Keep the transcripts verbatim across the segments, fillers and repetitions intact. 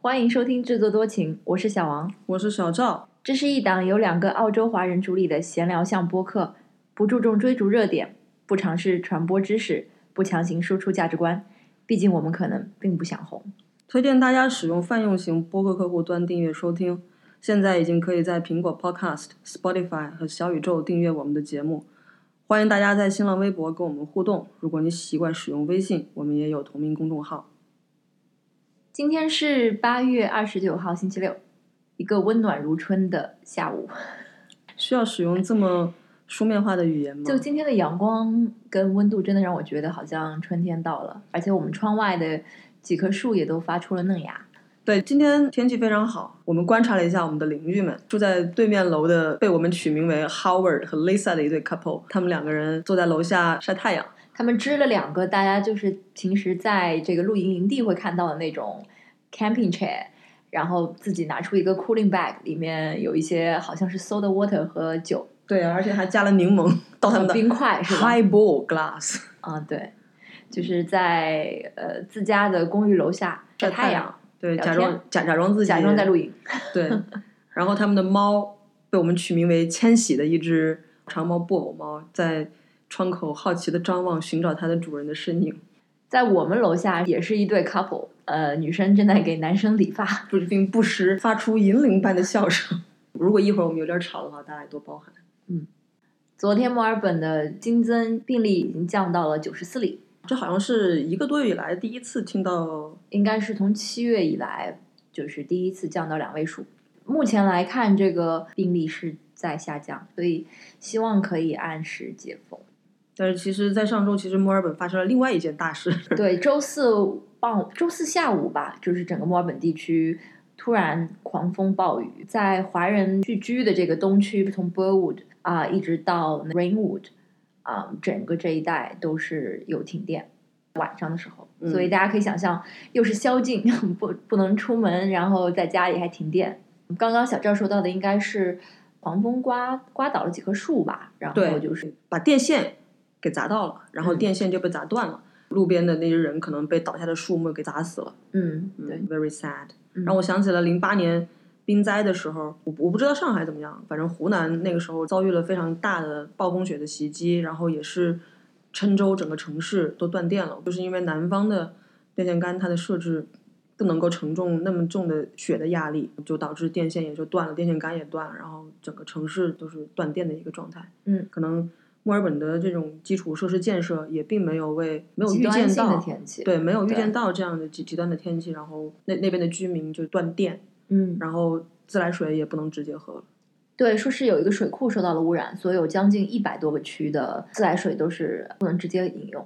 欢迎收听制作多情，我是小王， 我是小赵。 这是一档由两个澳洲华人主理的闲聊向播客，不注重追逐热点，不尝试传播知识，不强行输出价值观，毕竟我们可能并不想红。 推荐大家使用泛用型播客客户端订阅收听，现在已经可以在苹果 Podcast、Spotify 和小宇宙订阅我们的节目。欢迎大家在新浪微博跟我们互动，如果你习惯使用微信，我们也有同名公众号。 今天是八月二十九号星期六，一个温暖如春的下午。 需要使用这么书面化的语言吗？ 就今天的阳光跟温度真的让我觉得好像春天到了，而且我们窗外的几棵树也都发出了嫩芽。 对，今天天气非常好。我们观察了一下我们的邻居们，住在对面楼的被我们取名为 Howard 和 Lisa 的一对 couple， 他们两个人坐在楼下晒太阳。 他们支了两个大家就是平时在这个露营营地会看到的那种 camping chair， 然后自己拿出一个 cooling bag， 里面有一些好像是 soda water 和酒。 对啊，而且还加了柠檬到他们的冰块是吧 highball glass。 啊，对，就是在呃自家的公寓楼下晒太阳， 对，假装假假装自己假装在露营。 对，然后他们的猫被我们取名为千禧的一只长毛布偶猫，在窗口好奇的张望，寻找它的主人的身影。 在我们楼下也是一对 couple， 呃，女生正在给男生理发， 并不时发出银铃般的笑声。如果一会儿我们有点吵的话，大家也多包涵。 嗯，昨天墨尔本的新增病例已经降到了九十四例， 这好像是一个多月以来第一次听到， 应该是从七月以来就是第一次降到两位数。目前来看，这个病例是在下降，所以希望可以按时解封。 但是其实在上周其实墨尔本发生了另外一件大事。 对，周四傍周四下午吧，就是整个墨尔本地区突然狂风暴雨，在华人聚居的这个东区，从 Burwood 啊、呃、一直到 Rainwood 啊、呃，整个这一带都是有停电，晚上的时候， 嗯、 所以大家可以想象，又是宵禁，不不能出门，然后在家里还停电。刚刚小赵说到的应该是狂风刮刮倒了几棵树吧，然后就是把电线给砸到了，然后电线就被砸断了、嗯、路边的那些人可能被倒下的树木给砸死了。 嗯，对、 嗯、very sad、 嗯、 然后我想起了零八年冰灾的时候，我我不知道上海怎么样，反正湖南那个时候遭遇了非常大的暴风雪的袭击，然后也是郴州整个城市都断电了，就是因为南方的电线杆它的设置不能够承重那么重的雪的压力，就导致电线也就断了，电线杆也断了，然后整个城市都是断电的一个状态。 嗯， 可能墨尔本的这种基础设施建设也并没有为没有预见到天气， 对，没有预见到这样的极极端的天气，然后那那边的居民就断电， 嗯， 然后自来水也不能直接喝了。 对，说是有一个水库受到了污染，所以有将近一百多个区的自来水都是不能直接饮用。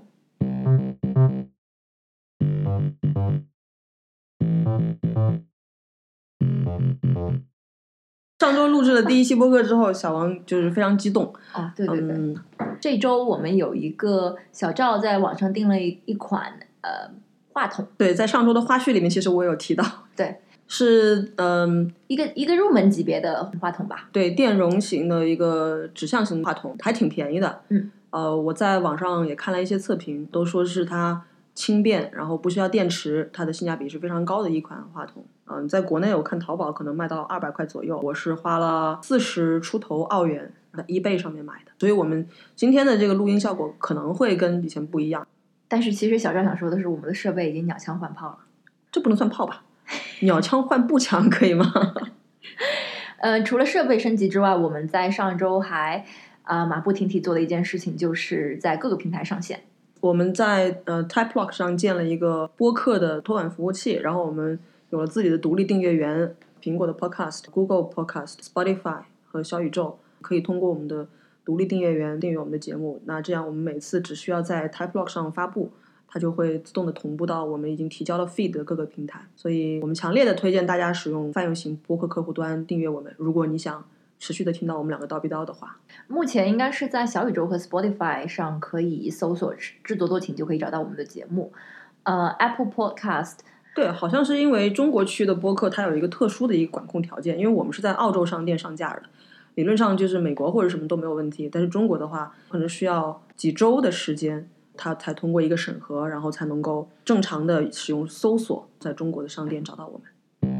上周录制了第一期播客之后，小王就是非常激动啊！对对对、 嗯， 这周我们有一个小赵在网上订了一一款呃话筒。 对，在上周的花絮里面，其实我有提到， 对， 是嗯一个一个入门级别的话筒吧。 对，电容型的一个指向型话筒，还挺便宜的。 嗯， 呃，我在网上也看了一些测评，都说是它轻便，然后不需要电池，它的性价比是非常高的一款话筒。嗯，在国内我看淘宝可能卖到二百块左右，我是花了四十出头澳元在 eBay 上面买的，所以我们今天的这个录音效果可能会跟以前不一样。 但是其实小赵想说的是，我们的设备已经鸟枪换炮了。 这不能算炮吧？鸟枪换步枪可以吗？ 呃，除了设备升级之外，我们在上周还啊、呃、马不停蹄做了一件事情，就是在各个平台上线。 我们在呃 TypeLock 上建了一个播客的托管服务器，然后我们有了自己的独立订阅源，苹果的 Podcast、Google Podcast、Spotify 和小宇宙可以通过我们的独立订阅源订阅我们的节目。那这样我们每次只需要在 TypeLock 上发布，它就会自动的同步到我们已经提交了 feed 的各个平台。所以我们强烈的推荐大家使用泛用型播客客户端订阅我们，如果你想持续的听到我们两个叨逼叨的话。 目前应该是在小宇宙和 Spotify 上可以搜索制作多情就可以找到我们的节目。呃 Apple Podcast， 对，好像是因为中国区的播客它有一个特殊的一个管控条件，因为我们是在澳洲商店上架的，理论上就是美国或者什么都没有问题，但是中国的话可能需要几周的时间它才通过一个审核，然后才能够正常的使用搜索在中国的商店找到我们。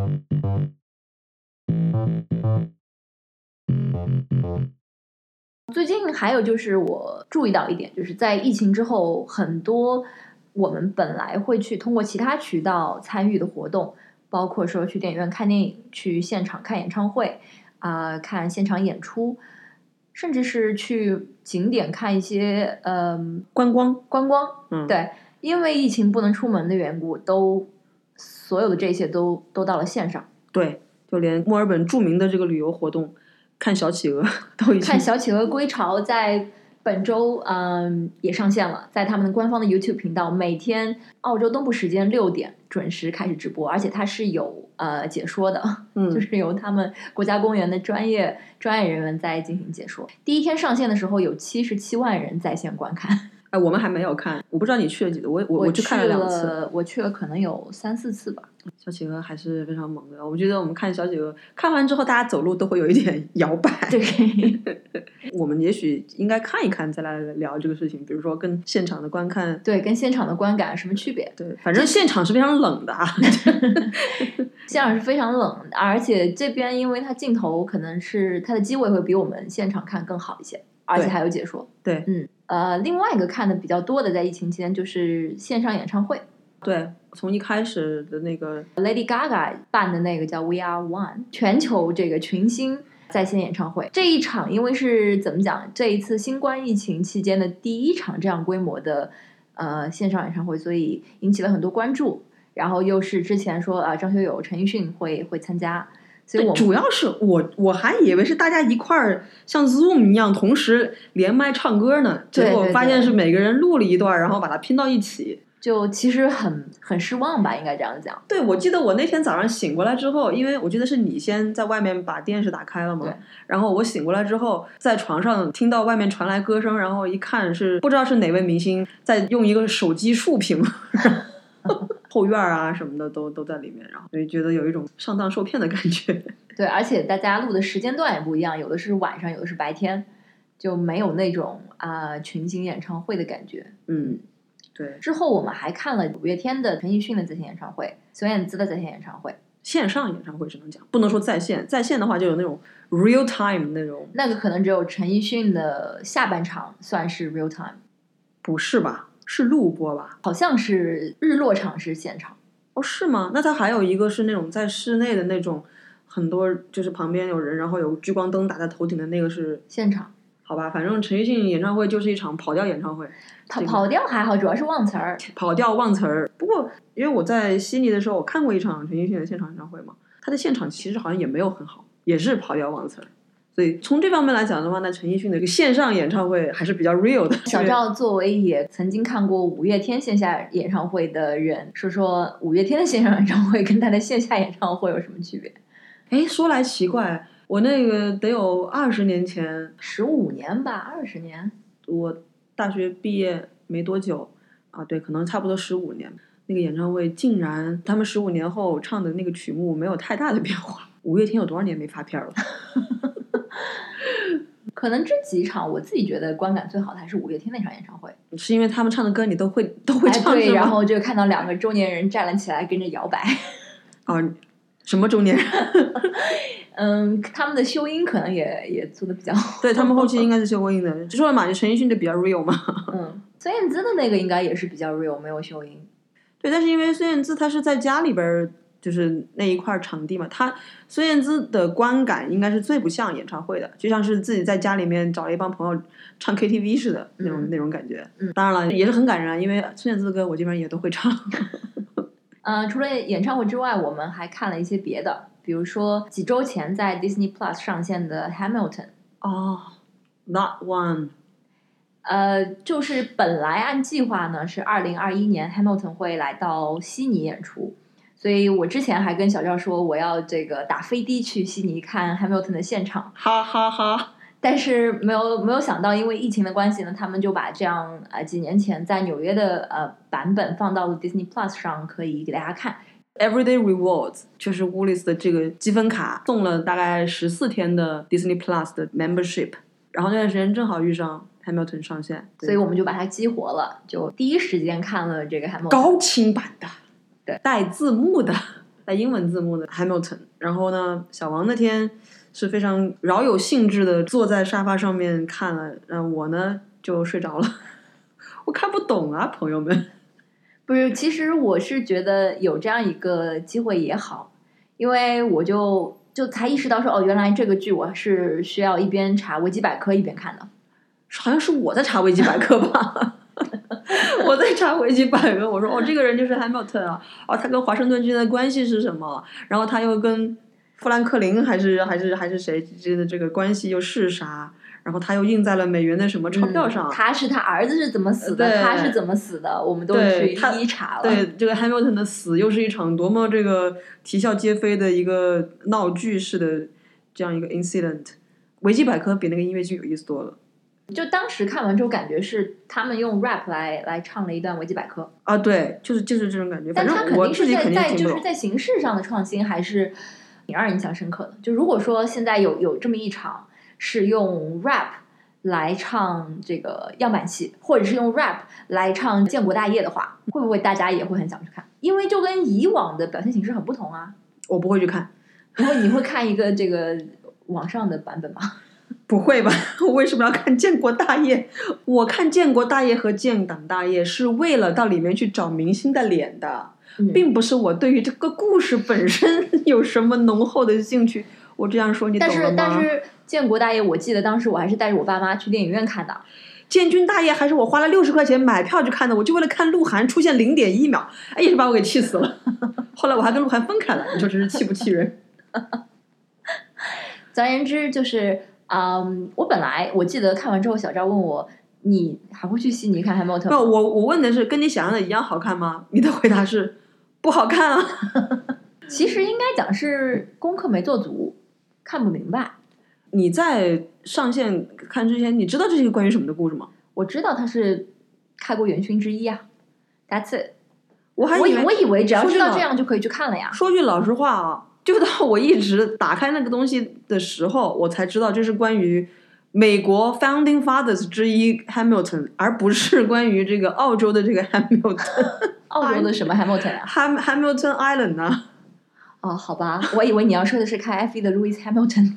最近还有就是我注意到一点，就是在疫情之后，很多我们本来会去通过其他渠道参与的活动，包括说去电影院看电影、去现场看演唱会啊、呃、看现场演出，甚至是去景点看一些嗯、呃、 观光观光， 嗯， 对，因为疫情不能出门的缘故，都所有的这些都都到了线上。 对，就连墨尔本著名的这个旅游活动看小企鹅都已经看小企鹅归巢在本周嗯也上线了，在他们的官方的 YouTube 频道，每天澳洲东部时间六点准时开始直播，而且它是有呃解说的， 嗯就是由他们国家公园的专业专业人员在进行解说。第一天上线的时候有七十七万人在线观看。 哎，我们还没有看，我不知道你去了几次，我我我去看了两次， 我去了可能有三四次吧。 小企鹅还是非常猛的，我觉得我们看小企鹅看完之后，大家走路都会有一点摇摆。 对， 我们也许应该看一看，再来聊这个事情，比如说跟现场的观看， 对，跟现场的观感有什么区别？ 对，反正现场是非常冷的啊， 现场是非常冷，而且这边因为它镜头可能是它的机位会比我们现场看更好一些，而且还有解说。 对， 嗯，呃，另外一个看的比较多的在疫情期间就是线上演唱会。 对，从一开始的那个 Lady Gaga 办的那个叫 We Are One 全球这个群星在线演唱会，这一场因为是怎么讲，这一次新冠疫情期间的第一场这样规模的呃线上演唱会，所以引起了很多关注。然后又是之前说啊、呃，张学友、陈奕迅会会参加，所以我主要是我我还以为是大家一块儿像 Zoom 一样同时连麦唱歌呢，结果发现是每个人录了一段，然后把它拼到一起。 就其实很很失望吧，应该这样讲。 对，我记得我那天早上醒过来之后，因为我记得是你先在外面把电视打开了嘛， 对， 然后我醒过来之后，在床上听到外面传来歌声，然后一看是不知道是哪位明星在用一个手机竖屏，后院啊什么的都都在里面，然后所以觉得有一种上当受骗的感觉。 对，而且大家录的时间段也不一样，有的是晚上，有的是白天，就没有那种啊、呃、群星演唱会的感觉。 嗯。对， 之后我们还看了五月天的陈奕迅的在线演唱会，孙燕姿的在线演唱会。 线上演唱会只能讲，不能说在线。在线的话就有那种 real time 那种。 那个可能只有陈奕迅的下半场算是 real time。 不是吧？是录播吧？ 好像是日落场是现场。 哦，是吗？那它还有一个是那种在室内的那种，很多就是旁边有人，然后有聚光灯打在头顶的那个是现场。 好吧，反正陈奕迅演唱会就是一场跑调演唱会。 跑跑调还好，主要是忘词儿。 跑调忘词儿。不过，因为我在悉尼的时候，我看过一场陈奕迅的现场演唱会嘛，他的现场其实好像也没有很好，也是跑调忘词儿。所以从这方面来讲的话，那陈奕迅的一个线上演唱会还是比较 real 的。 小赵作为也曾经看过五月天线下演唱会的人，说说五月天的线上演唱会跟他的线下演唱会有什么区别？ 哎，说来奇怪，我那个得有二十年前， 十五年吧，二十年。 我大学毕业没多久啊，对，可能差不多十五年。那个演唱会竟然他们十五年后唱的那个曲目没有太大的变化。五月天有多少年没发片了？ 可能这几场我自己觉得观感最好的还是五月天那场演唱会， 是因为他们唱的歌你都会都会唱， 对，然后就看到两个中年人站了起来跟着摇摆。 啊，什么中年人？ 嗯，他们的修音可能也也做的比较好。 对，他们后期应该是修过音的。就说了嘛，就陈奕迅的比较 real 嘛。 嗯，孙燕姿的那个应该也是比较 real， 没有修音。 对，但是因为孙燕姿她是在家里边，就是那一块场地嘛，她孙燕姿的观感应该是最不像演唱会的，就像是自己在家里面找了一帮朋友唱 K T V 似的那种、嗯、那种感觉。 嗯， 当然了，也是很感人，因为孙燕姿的歌我基本上也都会唱。 呃，除了演唱会之外，我们还看了一些别的，比如说几周前在 Disney Plus 上线的 Hamilton。 哦、oh, That one。 呃，就是本来按计划呢是二零二一年 Hamilton 会来到悉尼演出，所以我之前还跟小赵说我要这个打飞的去悉尼看 Hamilton 的现场， 哈哈哈。 但是没有没有想到，因为疫情的关系呢，他们就把这样呃几年前在纽约的呃版本放到了 Disney Plus 上，可以给大家看。 Everyday Rewards 就是 Woolies 的这个积分卡，送了大概十四天的 Disney Plus 的 membership， 然后那段时间正好遇上 Hamilton 上线， 所以我们就把它激活了，就第一时间看了这个 Hamilton 高清版的， 对， 带字幕的。 带英文字幕的 Hamilton。然后呢，小王那天是非常饶有兴致的坐在沙发上面看了，然后我呢就睡着了。我看不懂啊，朋友们。 不是，其实我是觉得有这样一个机会也好，因为我就就才意识到说，哦，原来这个剧我是需要一边查维基百科一边看的。 好像是我在查维基百科吧。我在查维基百科，我说哦，这个人就是 Hamilton 啊，哦，他跟华盛顿之间的关系是什么？然后他又跟富兰克林还是还是还是谁之间的这个关系又是啥？然后他又印在了美元的什么钞票上？ 嗯、他是他儿子是怎么死的？他是怎么死的？我们都去一一查了。 对，这个 Hamilton 的死又是一场多么这个啼笑皆非的一个闹剧式的这样一个 incident。维基百科比那个音乐剧有意思多了。 就当时看完之后，感觉是他们用 rap 来来唱了一段维基百科啊，对，就是就是这种感觉。 但他肯定是在在就是在形式上的创新，还是挺让人印象深刻的。就如果说现在有有这么一场是用 rap 来唱这个样板戏，或者是用 rap 来唱建国大业的话，会不会大家也会很想去看？因为就跟以往的表现形式很不同啊。 我不会去看。 然后你会看一个这个网上的版本吗？ 不会吧，我为什么要看建国大业？我看建国大业和建党大业是为了到里面去找明星的脸的、嗯、并不是我对于这个故事本身有什么浓厚的兴趣。我这样说你懂了吗？ 但是但是建国大业我记得当时我还是带着我爸妈去电影院看的。 建军大业还是我花了六十块钱买票去看的，我就为了看鹿晗出现零点一秒，哎，也是把我给气死了。后来我还跟鹿晗分开了，你说这是气不气人？ 总而言之就是嗯、um, 我本来我记得看完之后小赵问我你还会去悉尼看 Hamilton 吗？ 不，我我问的是跟你想象的一样好看吗？你的回答是不好看啊。 其实应该讲是功课没做足，看不明白。 你在上线看之前你知道这是一个关于什么的故事吗？ 我知道他是开国元勋之一啊， That's it。 我还以为我以为只要知道这样就可以去看了呀。 说句老实话啊，就到我一直打开那个东西的时候，我才知道这是关于美国 Founding Fathers 之一 Hamilton， 而不是关于这个澳洲的这个 Hamilton。 澳洲的什么 Hamilton 啊？ Ham Hamilton Island 啊。 哦，好吧，我以为你要说的是开 F 一的 Lewis Hamilton。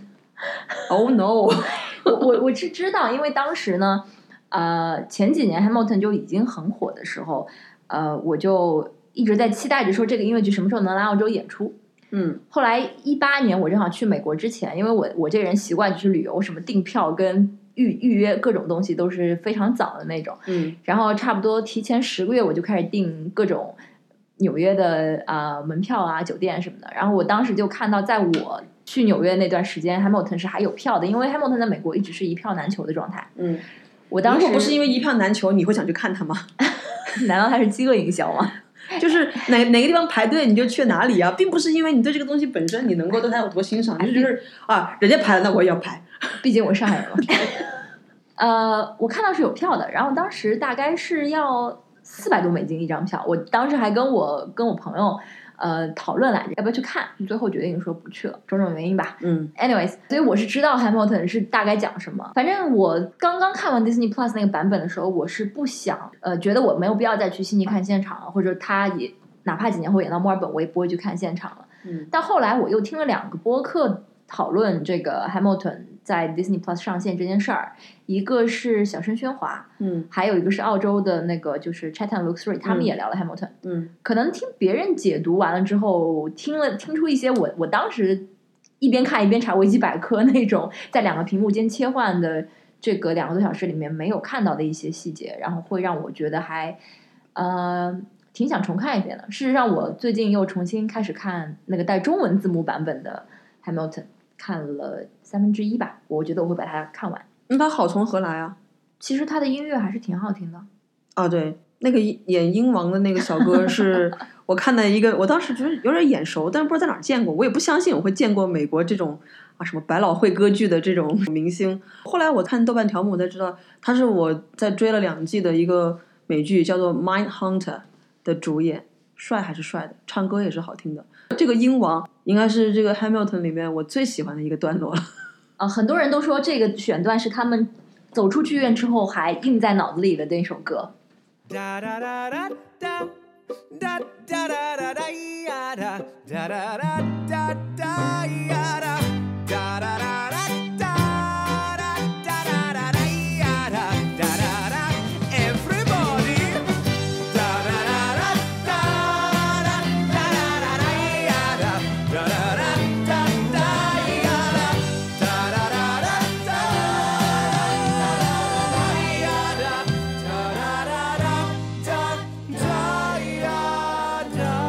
Oh no。 我我我是知道，因为当时呢呃，前几年 Hamilton 就已经很火的时候，呃，我就一直在期待着说这个音乐剧什么时候能来澳洲演出。 嗯， 后来一八年我正好去美国之前，因为我我这个人习惯就是旅游，什么订票跟预预约各种东西都是非常早的那种。 嗯， 然后差不多提前十个月我就开始订各种纽约的啊、呃、门票啊、酒店什么的。然后我当时就看到，在我去纽约那段时间 ，Hamilton 是还有票的，因为 Hamilton 在美国一直是一票难求的状态。 嗯， 我当时如果不是因为一票难求，你会想去看它吗？ 难道它是饥饿营销吗？ 就是哪哪个地方排队你就去哪里啊，并不是因为你对这个东西本身你能够对它有多欣赏，就是就是啊，人家排了那我也要排， 毕竟我是上海人嘛。呃，我看到是有票的，然后当时大概是要四百多美金一张票，我当时还跟我跟我朋友呃讨论来着要不要去看，最后决定说不去了，种种原因吧。 嗯 ，anyways， 所以我是知道 Hamilton 是大概讲什么。反正我刚刚看完 Disney Plus 那个版本的时候，我是不想呃觉得我没有必要再去悉尼看现场了，或者他也哪怕几年后演到墨尔本，我也不会去看现场了。 嗯， 但后来我又听了两个播客讨论这个 Hamilton 在 Disney Plus 上线这件事儿，一个是小声喧哗， 嗯， 还有一个是澳洲的那个就是 Chatham Luxury， 他们也聊了 Hamilton。 嗯， 可能听别人解读完了之后，听了听出一些我我当时一边看一边查维基百科那种在两个屏幕间切换的这个两个多小时里面没有看到的一些细节，然后会让我觉得还呃挺想重看一遍的。事实上，我最近又重新开始看那个带中文字幕版本的 Hamilton， 看了三分之一吧，我觉得我会把它看完。 那它好从何来啊？ 其实它的音乐还是挺好听的。 啊，对，那个演鹰王的那个小哥是我看的一个，我当时觉得有点眼熟，但是不知道在哪儿见过，我也不相信我会见过美国这种啊什么百老汇歌剧的这种明星。后来我看豆瓣条目我才知道，他是我在追了两季的一个美剧叫做《Mindhunter》的主演，帅还是帅的，唱歌也是好听的。这个鹰王应该是这个 Hamilton 里面我最喜欢的一个段落了。 啊，很多人都说这个选段是他们走出剧院之后还印在脑子里的那首歌。哒哒哒哒哒哒哒哒哒哒哒 da da da da da ya da da da da da da da da da da ya da da da da everybody da da da da da da da da da ya da da da da da da ya da da da da da da ya da da da da da da ya da。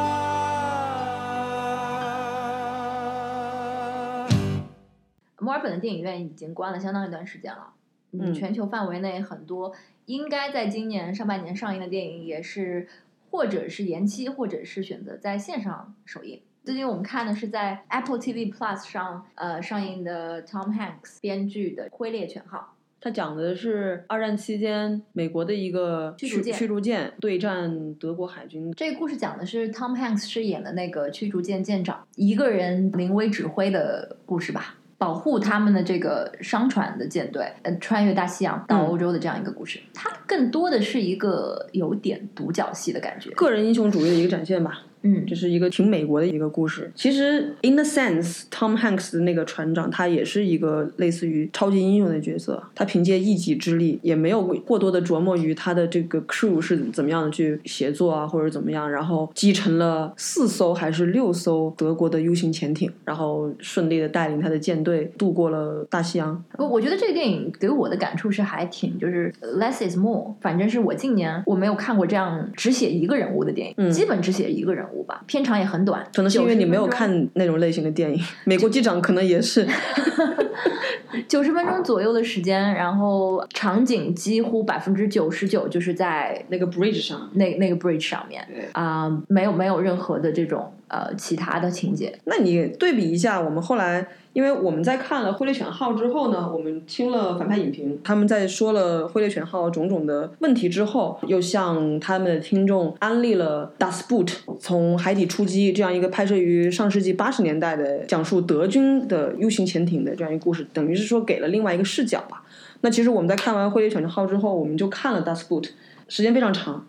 墨尔本的电影院已经关了相当一段时间了， 嗯全球范围内很多应该在今年上半年上映的电影也是或者是延期，或者是选择在线上首映。最近我们看的是在 Apple T V Plus 上呃上映的 Tom Hanks 编剧的《挥猎犬号》。 它讲的是二战期间美国的一个驱逐舰驱逐舰对战德国海军。 这个故事讲的是 Tom Hanks 饰演的那个驱逐舰舰长一个人临危指挥的故事吧，保护他们的这个商船的舰队，呃，穿越大西洋到欧洲的这样一个故事。它更多的是一个有点独角戏的感觉， 个人英雄主义的一个展现吧。 嗯， 这是一个挺美国的一个故事。其实 in the sense Tom Hanks 的那个船长他也是一个类似于超级英雄的角色，他凭借一己之力，也没有过多的琢磨于他的这个 crew 是怎么样的去协作啊，或者怎么样，然后击沉了四艘还是六艘德国的 U 型潜艇，然后顺利的带领他的舰队渡过了大西洋。 我我觉得这个电影给我的感触是还挺就是 less is more， 反正是我近年我没有看过这样只写一个人物的电影， 嗯、 基本只写一个人物吧，片长也很短， 可能是因为你没有看那种类型的电影。美国机长可能也是九十分钟左右的时间，然后场景几乎百分之九十九就是在那个 bridge 上， 那那个 bridge 上面啊、呃，没有没有任何的这种呃其他的情节。 那你对比一下，我们后来因为我们在看了《挥猎犬号》之后呢，我们听了反派影评，他们在说了《挥猎犬号》种种的问题之后，又向他们的听众安利了 Das Boot 从海底出击这样一个拍摄于上世纪八十年代的讲述德军的 U 型潜艇的这样一个故事，等于是说给了另外一个视角吧。那其实我们在看完《挥猎犬号》之后，我们就看了 Das Boot， 时间非常长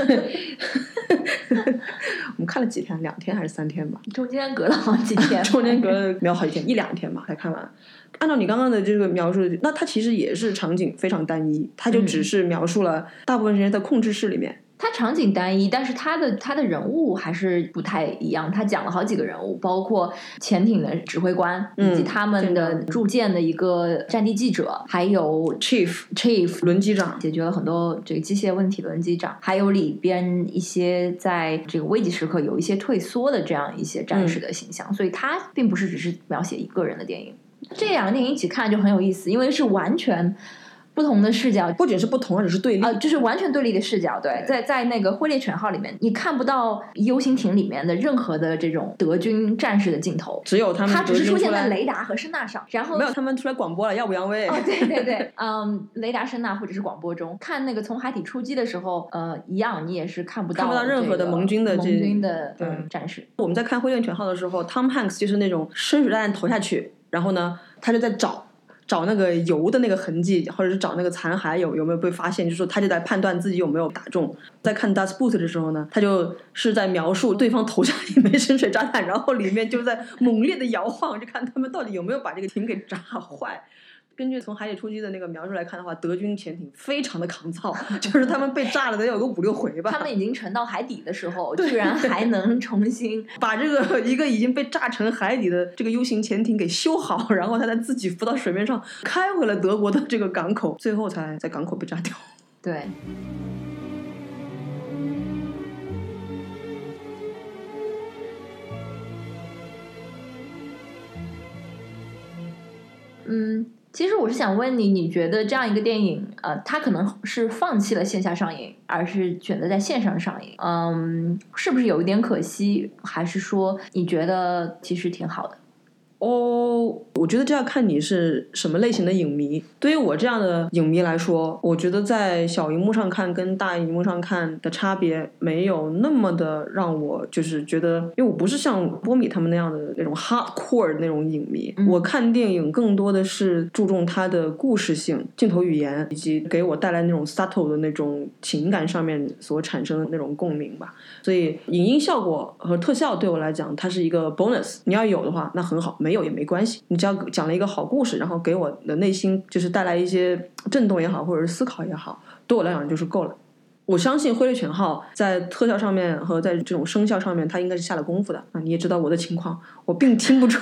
我们看了几天，两天还是三天吧， 中间隔了好几天中间隔了没有好几天，一两天吧才看完。按照你刚刚的这个描述，那它其实也是场景非常单一，它就只是描述了大部分时间在控制室里面。 它场景单一，但是它的它的人物还是不太一样。他讲了好几个人物，包括潜艇的指挥官， 嗯、 以及他们的驻舰的一个战地记者，还有 chief chief 轮机长， 解决了很多这个机械问题的轮机长，还有里边一些在这个危急时刻有一些退缩的这样一些战士的形象，嗯、所以它并不是只是描写一个人的电影。这两个电影一起看就很有意思，因为是完全不同的视角， 不仅是不同，而且是对立， 呃，就是完全对立的视角。对，在在那个《挥猎犬号》里面，你看不到 U 型艇里面的任何的这种德军战士的镜头， 只有他们， 它只是出现在雷达和声纳上，然后没有他们出来广播了，耀武扬威。 哦，对对对，嗯，雷达、声纳或者是广播中看那个从海底出击的时候，呃，一样你也是看不到、这个、 看不到任何的盟军的盟军的嗯战士。 我们在看《挥猎犬号》的时候 ，Tom Hanks 就是那种深水弹投下去，然后呢，他就在找。找那个油的那个痕迹，或者是找那个残骸有有没有被发现，就是说他就在判断自己有没有打中。在看 Das Boot 的时候呢，他就是在描述对方投下一枚深水炸弹，然后里面就在猛烈的摇晃，就看他们到底有没有把这个艇给炸坏。根据从海底出击的那个描述来看的话，德军潜艇非常的抗造，就是他们被炸了得有个五六回吧。 他们已经沉到海底的时候，居然还能重新把这个一个已经被炸沉海底的这个 U 型潜艇给修好，然后他再自己浮到水面上，开回了德国的这个港口，最后才在港口被炸掉。 对。嗯。其实我是想问你，你觉得这样一个电影，呃，它可能是放弃了线下上映，而是选择在线上上映，嗯，是不是有一点可惜？还是说你觉得其实挺好的？ 哦，我觉得这要看你是什么类型的影迷。对于我这样的影迷来说，我觉得在小荧幕上看跟大荧幕上看的差别没有那么的让我就是觉得，因为我不是像波米他们那样的那种 hardcore 的那种影迷、嗯、我看电影更多的是注重它的故事性、镜头语言以及给我带来那种 subtle 的那种情感上面所产生的那种共鸣吧。所以影音效果和特效对我来讲它是一个 bonus， 你要有的话那很好，没有也没关系，你只要讲了一个好故事，然后给我的内心就是带来一些震动也好或者是思考也好，对我来讲就是够了。我相信挥泪犬号在特效上面和在这种声效上面它应该是下了功夫的啊！你也知道我的情况，我并听不出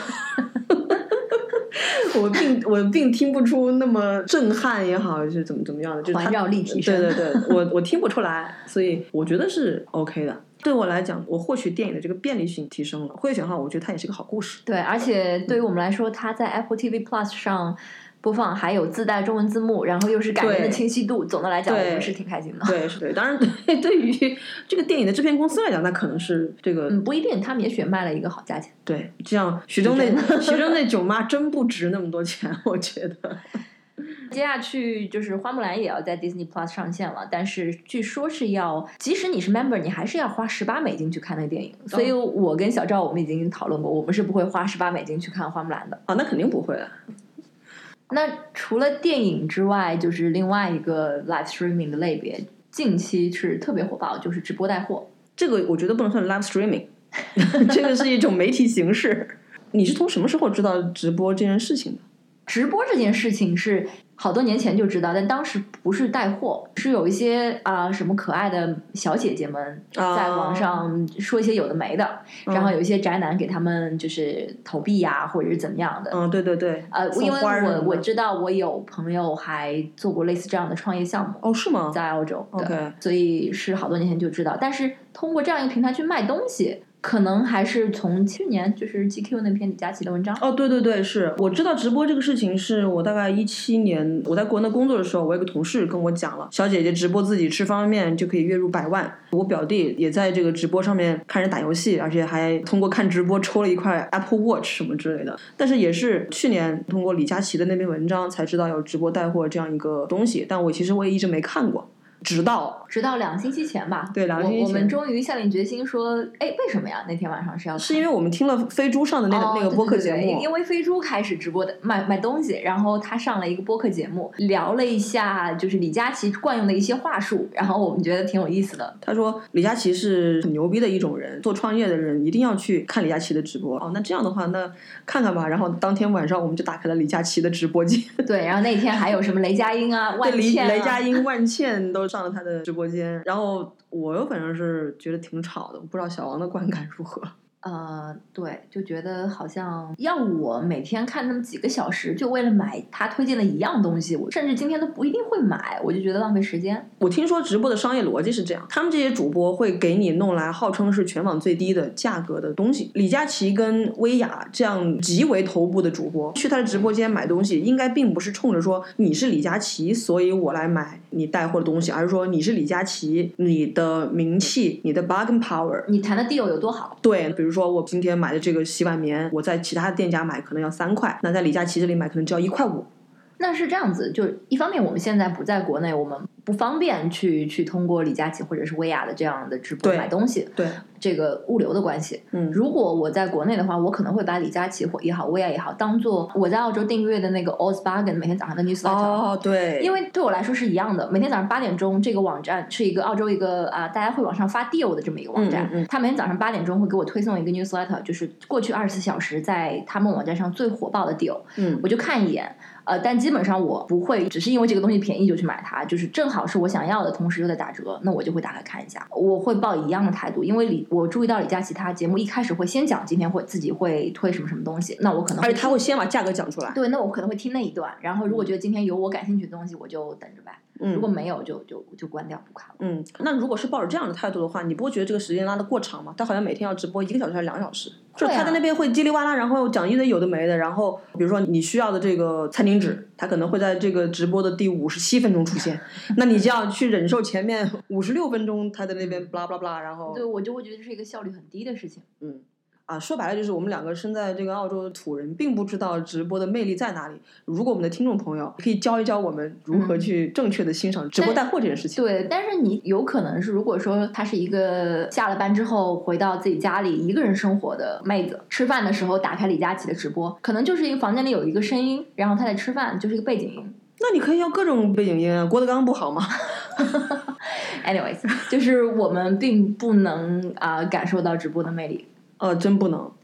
我并我并听不出那么震撼也好是怎么怎么样的，就是环绕立体声， 对对对，我我听不出来，所以我觉得是 OK 的。对我来讲，我获取电影的这个便利性提升了。挥泪犬号我觉得它也是个好故事。 对，而且对于我们来说，它在 Apple T V Plus 上播放，还有自带中文字幕，然后又是感人的清晰度，总的来讲我们是挺开心的。 对，是对。当然对，对于这个电影的制片公司来讲，那可能是这个嗯不一定，他们也许卖了一个好价钱。 对，这样徐峥那徐峥那囧妈真不值那么多钱，我觉得。 接下去就是花木兰也要在 Disney Plus 上线了，但是据说是要，即使你是 member， 你还是要花十八美金去看那个电影。所以我跟小赵我们已经讨论过，我们是不会花十八美金去看花木兰的。 啊，那肯定不会了。 那除了电影之外，就是另外一个 live streaming 的类别，近期是特别火爆，就是直播带货。 这个我觉得不能算 live streaming， 这个是一种媒体形式。你是从什么时候知道直播这件事情的？ 直播这件事情是好多年前就知道，但当时不是带货，是有一些啊、呃、什么可爱的小姐姐们在网上说一些有的没的，嗯、然后有一些宅男给他们就是投币呀、啊，或者是怎么样的。 嗯，对对对。 呃，因为我我知道我有朋友还做过类似这样的创业项目。 哦，是吗？ 在澳洲。 OK。 所以是好多年前就知道，但是通过这样一个平台去卖东西。可能还是从去年就是 G Q 那篇李佳琦的文章。 哦，对对对，是我知道直播这个事情，是我大概一七年我在国内工作的时候，我有个同事跟我讲了，小姐姐直播自己吃方便面就可以月入百万。我表弟也在这个直播上面看人打游戏，而且还通过看直播抽了一块 Apple Watch 什么之类的。但是也是去年通过李佳琦的那篇文章才知道有直播带货这样一个东西，但我其实我也一直没看过。直到直到两个星期前吧， 对，两个星期前我, 我们终于下定决心说，哎，为什么呀？那天晚上是要是因为我们听了飞猪上的那个、 哦、 那个播客节目， 对对对，因为飞猪开始直播的卖卖东西，然后他上了一个播客节目，聊了一下就是李佳琦惯用的一些话术，然后我们觉得挺有意思的。 他说李佳琦是很牛逼的一种人，做创业的人一定要去看李佳琦的直播。哦，那这样的话，那看看吧。然后当天晚上我们就打开了李佳琦的直播间。 对，然后那天还有什么雷佳音啊、万茜、啊、 雷佳音、万茜都上了他的直播间。然后我又反正是觉得挺吵的，我不知道小王的观感如何。 呃，对，就觉得好像要我每天看那么几个小时，就为了买他推荐的一样东西，我甚至今天都不一定会买，我就觉得浪费时间。 我听说直播的商业逻辑是这样，他们这些主播会给你弄来号称是全网最低的价格的东西。李佳琦跟薇娅这样极为头部的主播去他的直播间买东西，应该并不是冲着说你是李佳琦所以我来买你带货的东西，而是说你是李佳琦，你的名气，你的 bargain power， 你谈的 deal 有多好。 对，比如说我今天买的这个洗碗棉，我在其他店家买可能要三块，那在李佳琦这里买可能只要一块五。 那是这样子，就一方面我们现在不在国内，我们不方便去去通过李佳琦或者是薇娅的这样的直播买东西， 对这个物流的关系。 嗯， 如果我在国内的话，我可能会把李佳琦也好，薇娅也好，当做我在澳洲订阅的那个 Ozbargain 每天早上的 newsletter。 哦，对， 因为对我来说是一样的，每天早上八点钟，这个网站是一个澳洲一个啊、呃，大家会往上发 deal 的这么一个网站。 嗯嗯嗯， 他每天早上八点钟会给我推送一个 newsletter， 就是过去二十四小时在他们网站上最火爆的 deal。 嗯， 我就看一眼。呃，但基本上我不会只是因为这个东西便宜就去买它，就是正好是我想要的，同时又在打折，那我就会打开看一下。我会抱一样的态度，因为李我注意到李佳琦他节目一开始会先讲今天会自己会推什么什么东西，那我可能而且他会先把价格讲出来。 对，那我可能会听那一段，然后如果觉得今天有我感兴趣的东西，我就等着呗。 嗯， 如果没有就就就关掉不看了。 嗯，那如果是抱着这样的态度的话，你不会觉得这个时间拉得过长吗？他好像每天要直播一个小时还是两小时，就是他在那边会叽里哇啦，然后讲一堆有的没的，然后比如说你需要的这个餐巾纸，他可能会在这个直播的第五十七分钟出现，那你就要去忍受前面五十六分钟他在那边 blah blah blah， 然后对我就会觉得这是一个效率很低的事情。 嗯。 啊，说白了就是我们两个身在这个澳洲的土人，并不知道直播的魅力在哪里。如果我们的听众朋友可以教一教我们如何去正确的欣赏直播带货这件事情。 对，但是你有可能是，如果说她是一个下了班之后回到自己家里一个人生活的妹子，吃饭的时候打开李佳琦的直播，可能就是一个房间里有一个声音，然后她在吃饭，就是一个背景音。 那你可以要各种背景音啊，郭德纲不好吗 ？Anyways， 就是我们并不能啊、呃、感受到直播的魅力。 呃，真不能。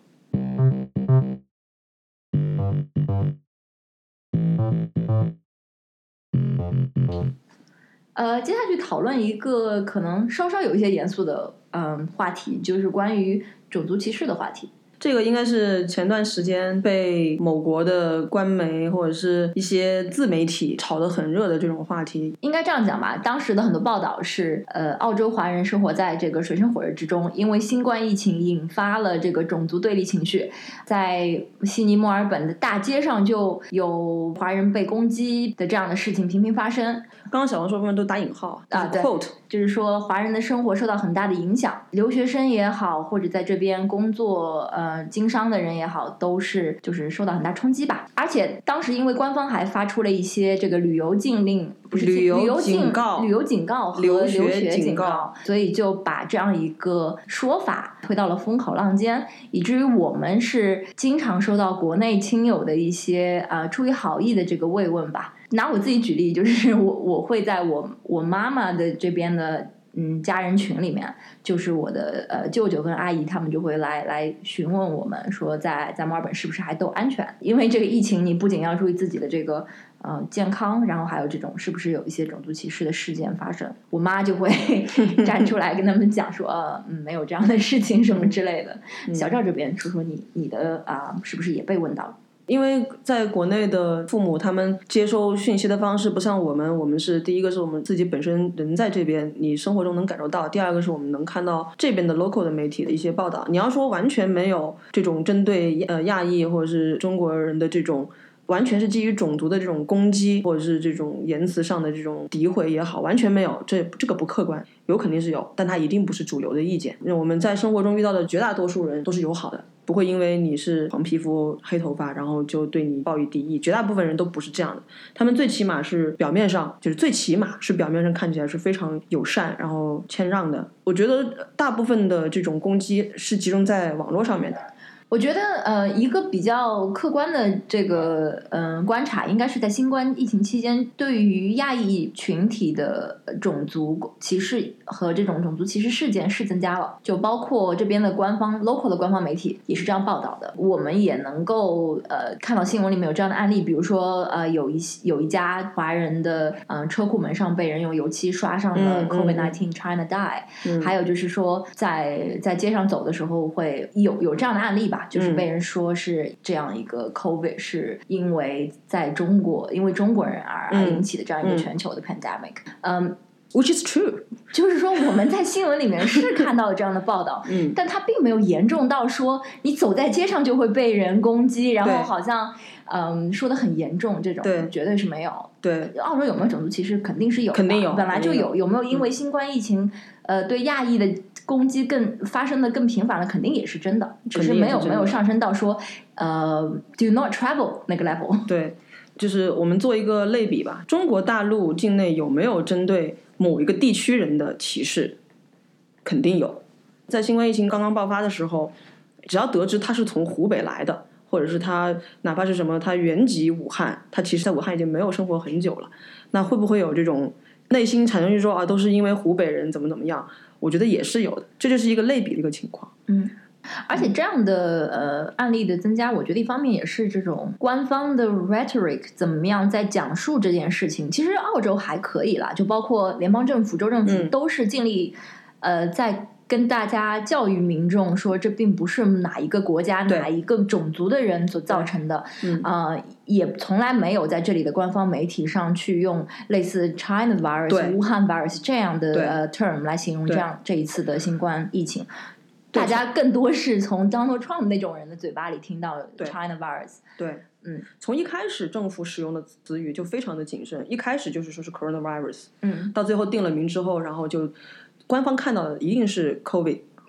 呃，接下去讨论一个可能稍稍有一些严肃的嗯、呃、话题，就是关于种族歧视的话题。 这个应该是前段时间被某国的官媒或者是一些自媒体炒得很热的这种话题。 应该这样讲吧，当时的很多报道是，呃，澳洲华人生活在这个水深火热之中，因为新冠疫情引发了这个种族对立情绪，在悉尼、墨尔本的大街上就有华人被攻击的这样的事情频频发生。 刚刚小王说部分都打引号啊，对 quote， 就是说华人的生活受到很大的影响，留学生也好，或者在这边工作呃经商的人也好，都是就是受到很大冲击吧。而且当时因为官方还发出了一些这个旅游禁令，不是旅游旅游警告、 旅游警告和留学学警告， 所以就把这样一个说法推到了风口浪尖，以至于我们是经常收到国内亲友的一些呃出于好意的这个慰问吧。拿我自己举例，就是我我会在我我妈妈的这边的嗯家人群里面，就是我的呃舅舅跟阿姨他们就会来来询问我们说在在墨尔本是不是还都安全，因为这个疫情你不仅要注意自己的这个呃健康，然后还有这种是不是有一些种族歧视的事件发生，我妈就会站出来跟他们讲说呃嗯没有这样的事情什么之类的。 嗯、 小赵这边说说你你的啊、呃、是不是也被问到了？ 因为在国内的父母他们接收讯息的方式不像我们，我们是第一个是我们自己本身人在这边你生活中能感受到，第二个是我们能看到这边的 local 的媒体的一些报道。你要说完全没有这种针对呃亚裔或者是中国人的这种完全是基于种族的这种攻击，或者是这种言辞上的这种诋毁也好，完全没有，这这个不客观，有肯定是有，但它一定不是主流的意见。我们在生活中遇到的绝大多数人都是友好的，不会因为你是黄皮肤黑头发然后就对你抱以敌意，绝大部分人都不是这样的，他们最起码是表面上就是最起码是表面上看起来是非常友善然后谦让的。我觉得大部分的这种攻击是集中在网络上面的。 我觉得呃，一个比较客观的这个嗯、呃、观察，应该是在新冠疫情期间，对于亚裔群体的种族歧视和这种种族歧视事件是增加了，就包括这边的官方 local 的官方媒体也是这样报道的。我们也能够呃看到新闻里面有这样的案例，比如说呃有一有一家华人的嗯、呃、车库门上被人用油漆刷上了 COVID 十九 China Die，、嗯、还有就是说在在街上走的时候会有有这样的案例吧。就是被人说是这样一个 COVID 是因为在中国因为中国人而而引起的这样一个全球的 pandemic。嗯 Which is true， 就是说我们在新闻里面是看到了这样的报道， 嗯， 但它并没有严重到说你走在街上就会被人攻击，然后好像嗯说的很严重，这种对绝对是没有。 对， 澳洲有没有种族歧视？肯定是有的， 肯定有， 本来就有。有没有因为新冠疫情、嗯、呃对亚裔的攻击更发生的更频繁了？肯定也是真的，只是没有没有上升到说呃 do not travel 那个 level。 对，就是我们做一个类比吧，中国大陆境内有没有针对某一个地区人的歧视？肯定有。在新冠疫情刚刚爆发的时候，只要得知他是从湖北来的，或者是他哪怕是什么他原籍武汉，他其实在武汉已经没有生活很久了，那会不会有这种内心产生去说啊都是因为湖北人怎么怎么样？我觉得也是有的，这就是一个类比的一个情况。 嗯，而且这样的呃案例的增加，我觉得一方面也是这种官方的 rhetoric 怎么样在讲述这件事情。其实澳洲还可以啦，就包括联邦政府、州政府都是尽力、嗯、呃在跟大家教育民众说，这并不是哪一个国家哪一个种族的人所造成的， 嗯呃，也从来没有在这里的官方媒体上去用类似 China virus、武汉 virus 这样的呃 term 来形容这样这一次的新冠疫情。大家更多是从 Donald Trump 那种人的嘴巴里听到 China virus。 对， 嗯， 从一开始政府使用的词语就非常的谨慎，一开始就是说是 coronavirus， 嗯， 到最后定了名之后，然后就官方看到的一定是 COVID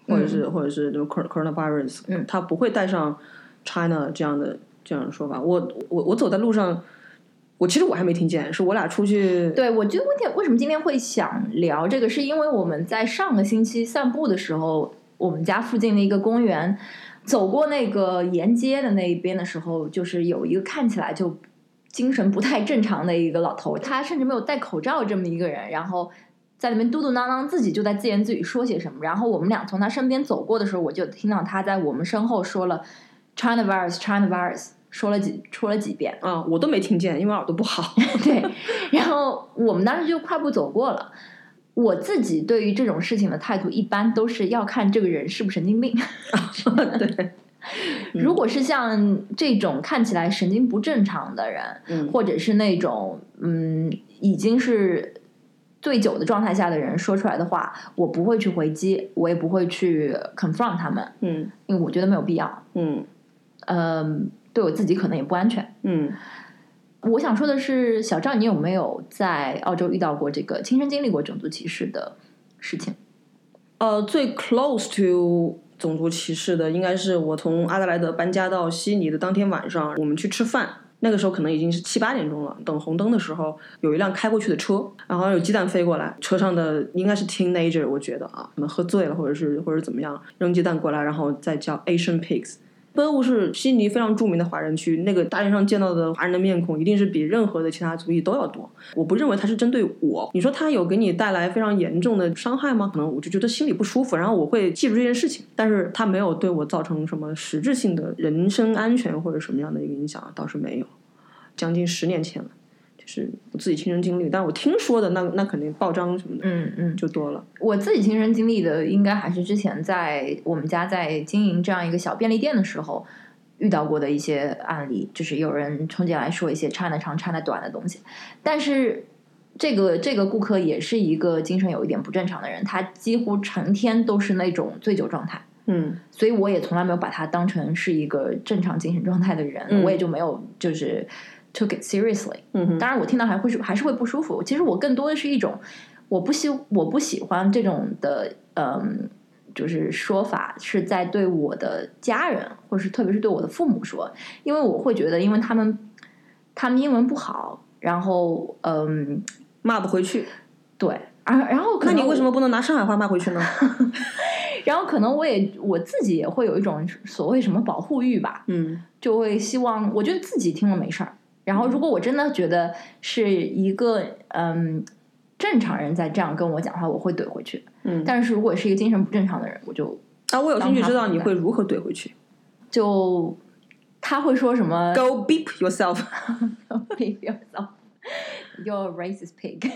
或者是、嗯、或者是 coronavirus， 嗯， 他不会带上 China 这样的这样的说法。我我我走在路上。我其实我还没听见，是我俩出去。 对，我觉得问题为什么今天会想聊这个，是因为我们在上个星期散步的时候，我们家附近的一个公园，走过那个沿街的那一边的时候，就是有一个看起来就精神不太正常的一个老头，他甚至没有戴口罩这么一个人，然后在那边嘟嘟囔囔，自己就在自言自语说些什么。然后我们俩从他身边走过的时候，我就听到他在我们身后说了 China virus China virus。说了几说了几遍啊、嗯，我都没听见，因为耳朵不好。 对，然后我们当时就快步走过了。我自己对于这种事情的态度，一般都是要看这个人是不是神经病。 对， 如果是像这种看起来神经不正常的人， 嗯、 或者是那种嗯已经是醉酒的状态下的人说出来的话，我不会去回击，我也不会去 confront 他们， 嗯， 因为我觉得没有必要， 嗯， 呃。对我自己可能也不安全。 嗯， 我想说的是，小赵，你有没有在澳洲遇到过这个亲身经历过种族歧视的事情？ 呃，最 close to 种族歧视的，应该是我从阿德莱德搬家到悉尼的当天晚上，我们去吃饭。那个时候可能已经是七八点钟了，等红灯的时候，有一辆开过去的车，然后有鸡蛋飞过来，车上的应该是 teenager， 我觉得啊，可能喝醉了，或者是或者怎么样，扔鸡蛋过来，然后再叫 Asian pigs。Burwood 是悉尼非常著名的华人区，那个大街上见到的华人的面孔一定是比任何的其他族裔都要多。我不认为他是针对我，你说他有给你带来非常严重的伤害吗？可能我就觉得心里不舒服，然后我会记住这件事情，但是他没有对我造成什么实质性的人身安全或者什么样的一个影响，倒是没有。将近十年前了，就是我自己亲身经历，但是我听说的那那肯定报章什么的， 嗯嗯， 就多了。 我自己亲身经历的，应该还是之前在我们家在经营这样一个小便利店的时候遇到过的一些案例，就是有人冲进来说一些 China 长 China 短的东西，但是这个这个顾客也是一个精神有一点不正常的人，他几乎成天都是那种醉酒状态。 嗯， 所以我也从来没有把他当成是一个正常精神状态的人， 嗯、 我也就没有就是 took it seriously。 嗯， 当然我听到还会还是会不舒服。其实我更多的是一种我不喜我不喜欢这种的，嗯，就是说法是在对我的家人，或者是特别是对我的父母说，因为我会觉得，因为他们他们英文不好，然后嗯骂不回去， 对，然然后可能那你为什么不能拿上海话骂回去呢？ 然后可能我也我自己也会有一种所谓什么保护欲吧， 嗯， 就会希望我觉得自己听了没事儿，然后如果我真的觉得是一个嗯正常人在这样跟我讲话，我会怼回去， 嗯， 但是如果是一个精神不正常的人，我就啊，我有兴趣知道你会如何怼回去， 就他会说什么 Go beep yourself Go beep yourself You're a racist pig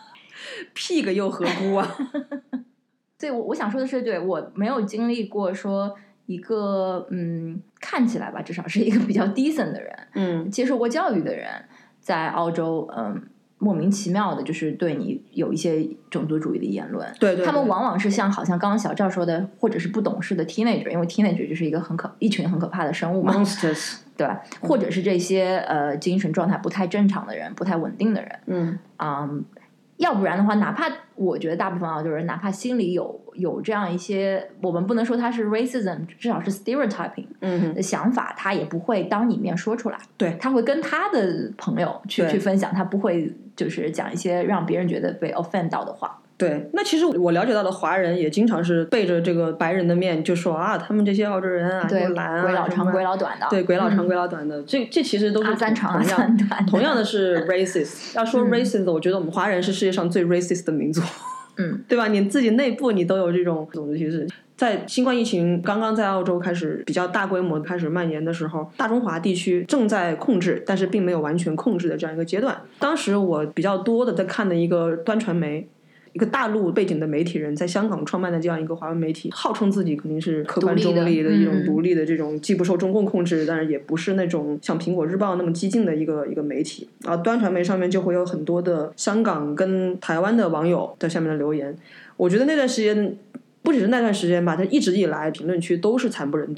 pig 又何辜啊对，我我想说的是，对，我没有经历过说一个嗯，看起来吧，至少是一个比较 decent 的人， 嗯， 接受过教育的人，在澳洲，嗯，莫名其妙的，就是对你有一些种族主义的言论， 对 对, 对， 他们往往是像好像刚刚小赵说的，或者是不懂事的 teenager， 因为 teenager 就是一个很可一群很可怕的生物嘛 ，monsters， 对吧？或者是这些呃精神状态不太正常的人，不太稳定的人， 嗯嗯。要不然的话，哪怕我觉得大部分澳洲人，哪怕心里有有这样一些，我们不能说他是 racism， 至少是 stereotyping 的想法，他也不会当你面说出来。 对， 他会跟他的朋友去去分享，他不会就是讲一些让别人觉得被 offend 到的话。 对，那其实我了解到的华人也经常是背着这个白人的面就说啊，他们这些澳洲人啊， 对， 懒啊， 鬼老长鬼老短的， 对，鬼老长嗯、 鬼老短的，这这其实都是阿三长阿同样三短的， 同样的是 racist。要说 racist，、嗯、我觉得我们华人是世界上最 racist 的民族， 嗯， 对吧？你自己内部你都有这种种族歧视。在新冠疫情刚刚在澳洲开始比较大规模开始蔓延的时候，大中华地区正在控制，但是并没有完全控制的这样一个阶段。当时我比较多的在看的一个端传媒。一个大陆背景的媒体人在香港创办的这样一个华文媒体，号称自己肯定是客观中立的一种独立的这种，既不受中共控制，但是也不是那种像苹果日报那么激进的一个一个媒体啊。端传媒上面就会有很多的香港跟台湾的网友在下面的留言。我觉得那段时间不只是那段时间吧，它一直以来评论区都是惨不忍睹的。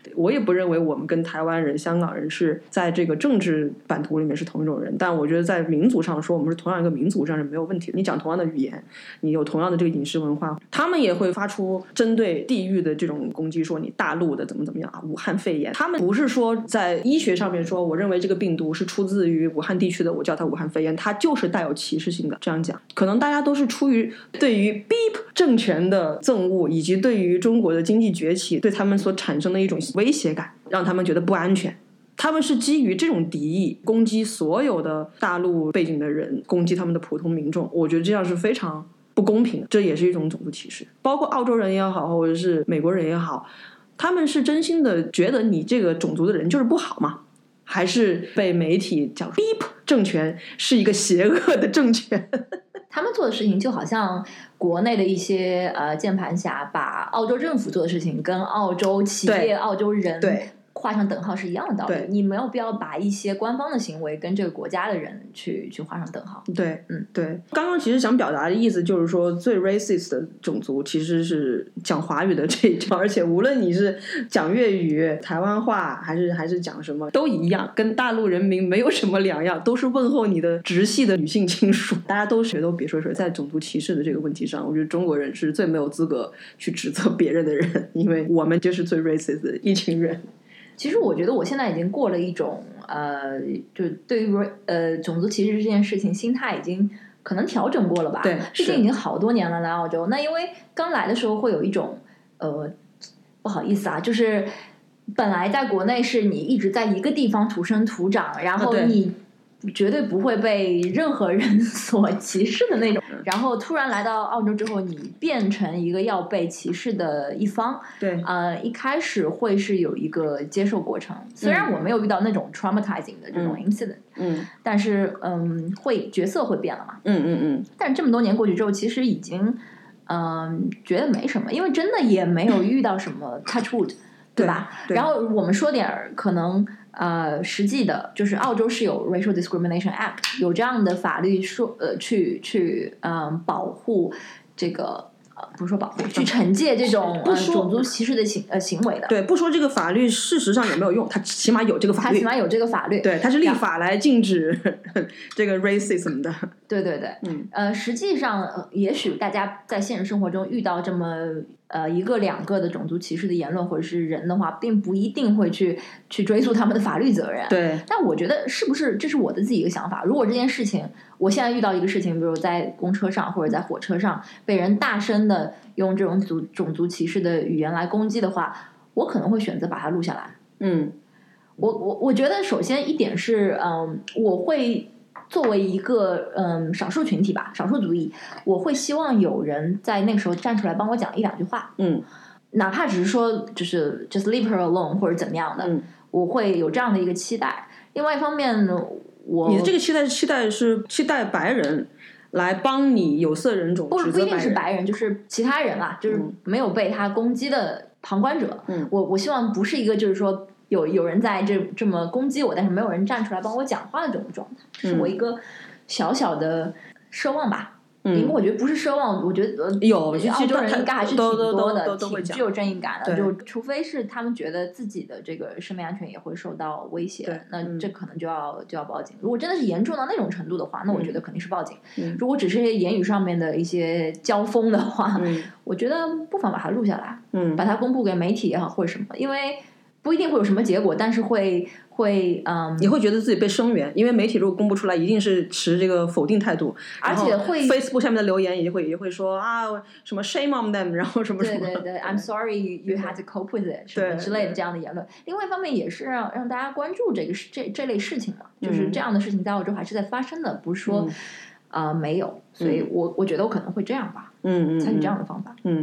我也不认为我们跟台湾人、香港人是在这个政治版图里面是同一种人，但我觉得在民族上说我们是同样一个民族，这样是没有问题的。你讲同样的语言，你有同样的这个饮食文化，他们也会发出针对地域的这种攻击，说你大陆的怎么怎么样啊，武汉肺炎。他们不是说在医学上面说我认为这个病毒是出自于武汉地区的，我叫它武汉肺炎，它就是带有歧视性的。这样讲，可能大家都是出于对于 beep 政权的憎恶，以及对于中国的经济崛起对他们所产生的一种威胁感，让他们觉得不安全。他们是基于这种敌意攻击所有的大陆背景的人，攻击他们的普通民众，我觉得这样是非常不公平的，这也是一种种族歧视。包括澳洲人也好，或者是美国人也好，他们是真心的觉得你这个种族的人就是不好吗？还是被媒体讲 beep 政权是一个邪恶的政权？ 他们做的事情就好像国内的一些呃键盘侠把澳洲政府做的事情跟澳洲企业、澳洲人对画上等号是一样的道理。你没有必要把一些官方的行为跟这个国家的人去去画上等号。 对， 嗯， 对。刚刚其实想表达的意思就是说，最 racist 的种族其实是讲华语的这一种，而且无论你是讲粤语、台湾话，还是还是讲什么，都一样，跟大陆人民没有什么两样，都是问候你的直系的女性亲属。大家都谁都别说谁，在种族歧视的这个问题上，我觉得中国人是最没有资格去指责别人的人，因为我们就是最 racist 的一群人。 其实我觉得我现在已经过了一种呃，就对于呃种族歧视这件事情，心态已经可能调整过了吧。 对， 毕竟已经好多年了来澳洲。那因为刚来的时候会有一种呃不好意思啊，就是本来在国内是你一直在一个地方土生土长，然后你绝对不会被任何人所歧视的那种，然后突然来到澳洲之后，你变成一个要被歧视的一方。 对， 呃，一开始会是有一个接受过程，虽然我没有遇到那种 traumatizing 的这种 incident， 嗯， 但是嗯，会角色会变了嘛， 嗯嗯嗯。 但是这么多年过去之后，其实已经嗯、呃、觉得没什么，因为真的也没有遇到什么 touch wood， 对吧？ 对， 然后我们说点可能。呃，实际的就是澳洲是有 Racial Discrimination Act， 有这样的法律说呃去去嗯、呃、保护这个呃不是说保护，去惩戒这种呃种族歧视的行呃行为的。 对，不说这个法律事实上有没有用，它起码有这个法律， 它起码有这个法律， 对，它是立法来禁止这个 racism 的。 对对对， 嗯， 呃，实际上、呃、也许大家在现实生活中遇到这么呃一个两个的种族歧视的言论或者是人的话，并不一定会去去追溯他们的法律责任。 对， 但我觉得是不是这是我的自己一个想法，如果这件事情我现在遇到一个事情，比如在公车上或者在火车上被人大声的用这种族种族歧视的语言来攻击的话，我可能会选择把它录下来。 嗯， 我我我觉得首先一点是嗯，我会作为一个嗯少数群体吧，少数族裔，我会希望有人在那个时候站出来帮我讲一两句话， 嗯， 哪怕只是说就是 just leave her alone 或者怎么样的， 嗯， 我会有这样的一个期待。另外一方面呢，我你的这个期待是期待是期待白人来帮你有色人种， 不不一定是白白人，就是其他人啦，就是没有被他攻击的旁观者。 嗯， 我我希望不是一个就是说。有有人在这这么攻击我，但是没有人站出来帮我讲话的这种状态，这是我一个小小的奢望吧。嗯，因为我觉得不是奢望，我觉得有澳洲人应该还是挺多的， 挺具有正义感的。就除非是他们觉得自己的这个生命安全也会受到威胁，那这可能就要就要报警。如果真的是严重到那种程度的话，那我觉得肯定是报警。 嗯， 如果只是言语上面的一些交锋的话，嗯，我觉得不妨把它录下来， 嗯， 把它公布给媒体也好或者什么，因为。不一定会有什么结果，但是会会嗯， 你会觉得自己被声援，因为媒体如果公布出来，一定是持这个否定态度， 而且会 Facebook 下面的留言也会也会说啊什么 shame on them， 然后什么什么， 对对对 ，I'm sorry you had to cope with it 什么之类的这样的言论。另外一方面也是让让大家关注这个这这类事情嘛，就是这样的事情在澳洲还是在发生的，不是说啊、嗯呃、没有，所以我我觉得我可能会这样吧， 嗯嗯， 采取这样的方法， 嗯。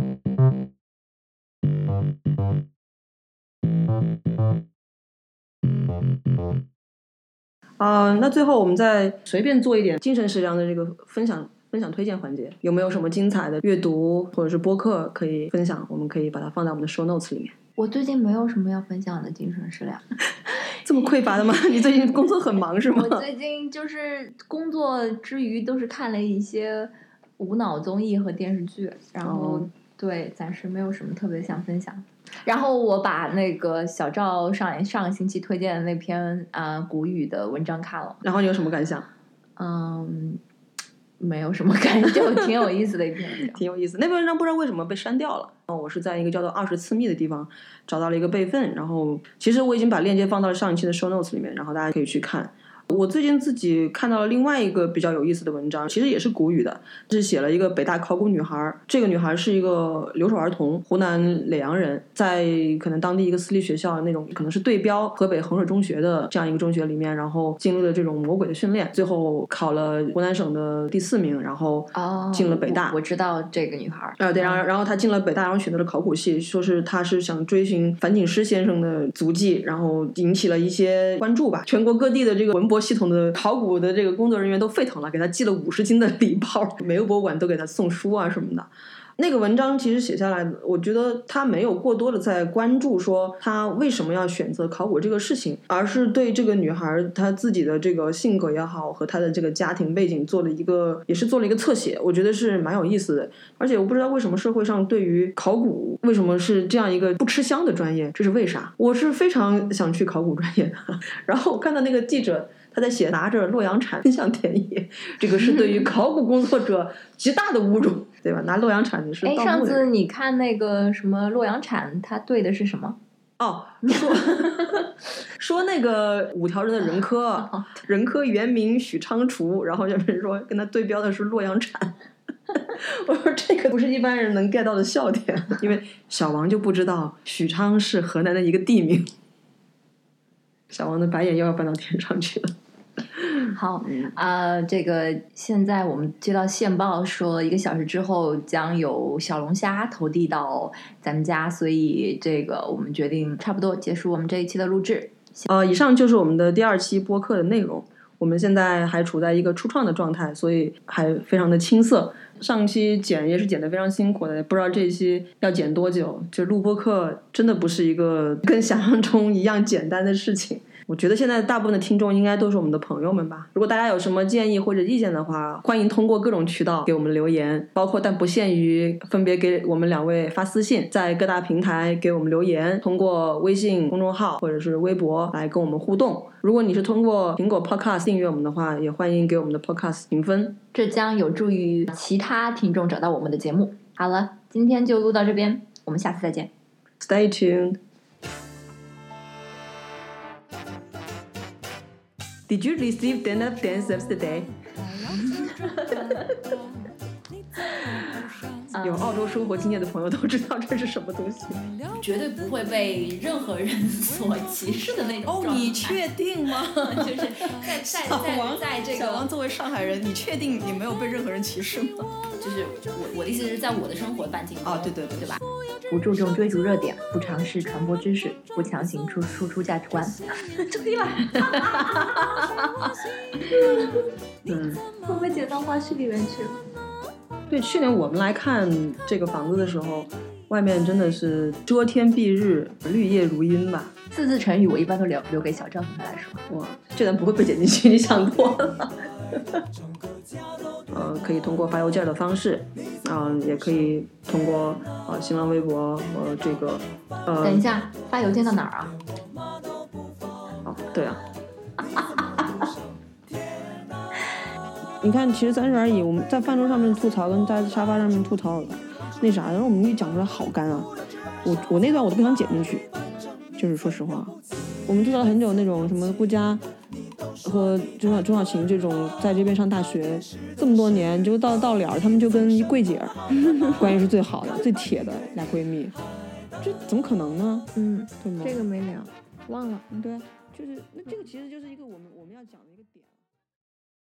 啊、呃，那最后我们再随便做一点精神食粮的这个分享分享推荐环节，有没有什么精彩的阅读或者是播客可以分享？我们可以把它放在我们的 show notes 里面。 我最近没有什么要分享的精神食粮。 这么匮乏的吗？你最近工作很忙是吗？ 我最近就是工作之余都是看了一些无脑综艺和电视剧，然后对，暂时没有什么特别想分享。然后我把那个小赵上上个星期推荐的那篇啊、呃、古语的文章看了， 然后你有什么感想？ 嗯，没有什么感觉，就挺有意思的一篇文章， 挺有意思。那篇文章不知道为什么被删掉了。我是在一个叫做二十次密的地方找到了一个备份，然后其实我已经把链接放到了上一期的 show notes 里面，然后大家可以去看。我最近自己看到了另外一个比较有意思的文章，其实也是古语的，是写了一个北大考古女孩。这个女孩是一个留守儿童，湖南耒阳人，在可能当地一个私立学校那种可能是对标河北衡水中学的这样一个中学里面，然后经历了这种魔鬼的训练，最后考了湖南省的第四名，然后进了北大。 哦、我, 我知道这个女孩。 啊，对，然后然后她进了北大，然后选择了考古系，说是她是想追寻樊锦诗先生的足迹，然后引起了一些关注吧。全国各地的这个文博系统的考古的这个工作人员都沸腾了，给他寄了五十斤的礼包，每个博物馆都给他送书啊什么的。那个文章其实写下来，我觉得他没有过多的在关注说他为什么要选择考古这个事情，而是对这个女孩她自己的这个性格也好和她的这个家庭背景做了一个也是做了一个侧写，我觉得是蛮有意思的。而且我不知道为什么社会上对于考古为什么是这样一个不吃香的专业，这是为啥？我是非常想去考古专业的。然后我看到那个记者他在写拿着洛阳铲分享田野，这个是对于考古工作者极大的侮辱，对吧？拿洛阳铲子是盗墓的。 哎，上次你看那个什么洛阳铲，它对的是什么？ 哦，说说那个五条人的人科，人科原名许昌楚，然后有人说跟他对标的是洛阳铲。我说这个不是一般人能 get 到的笑点，因为小王就不知道许昌是河南的一个地名。小王的白眼又要搬到天上去了。 好，呃，这个现在我们接到线报说一个小时之后将有小龙虾投递到咱们家，所以这个我们决定差不多结束我们这一期的录制。 呃，以上就是我们的第二期播客的内容。我们现在还处在一个初创的状态，所以还非常的青涩。上期剪也是剪得非常辛苦的，不知道这一期要剪多久。就录播客真的不是一个跟想象中一样简单的事情。我觉得现在大部分的听众应该都是我们的朋友们吧。如果大家有什么建议或者意见的话，欢迎通过各种渠道给我们留言，包括但不限于分别给我们两位发私信，在各大平台给我们留言，通过微信公众号或者是微博来跟我们互动。如果你是通过苹果 Podcast 订阅我们的话，也欢迎给我们的 Podcast 评分， 这将有助于其他听众找到我们的节目。好了，今天就录到这边，我们下次再见。 Stay tuned. Did you receive dinner dance today? 有澳洲生活经验的朋友都知道这是什么东西， 绝对不会被任何人所歧视的那种状态。 哦，你确定吗？ 就是在在在在这个小王作为上海人，你确定你没有被任何人歧视吗？ 就是我我的意思是在我的生活半径哦，对对对， 对吧？不注重追逐热点，不尝试传播知识，不强行输输出价值观。注意了。 嗯， 会不会剪到花絮里面去了？ 对，去年我们来看这个房子的时候，外面真的是遮天蔽日，绿叶如茵吧。 四字成语我一般都留留给小赵同学来说。 哇，这段不会被剪进去，你想多了。呃，可以通过发邮件的方式，啊、呃，也可以通过呃新浪微博和这个呃。 等一下，发邮件到哪儿啊？ 哦，对啊。你看，其实三十而已。我们在饭桌上面吐槽，跟在沙发上面吐槽，那啥，然后我们一讲出来好干啊！我我那段我都不想剪进去，就是说实话，我们吐槽了很久那种什么顾佳和钟小钟小琴这种在这边上大学这么多年，就到到了，他们就跟一柜姐儿关系是最好的、最铁的俩闺蜜，这怎么可能呢？ 嗯， 对吗？ 这个没聊，忘了。 对，就是那这个其实就是一个我们我们要讲的一个点。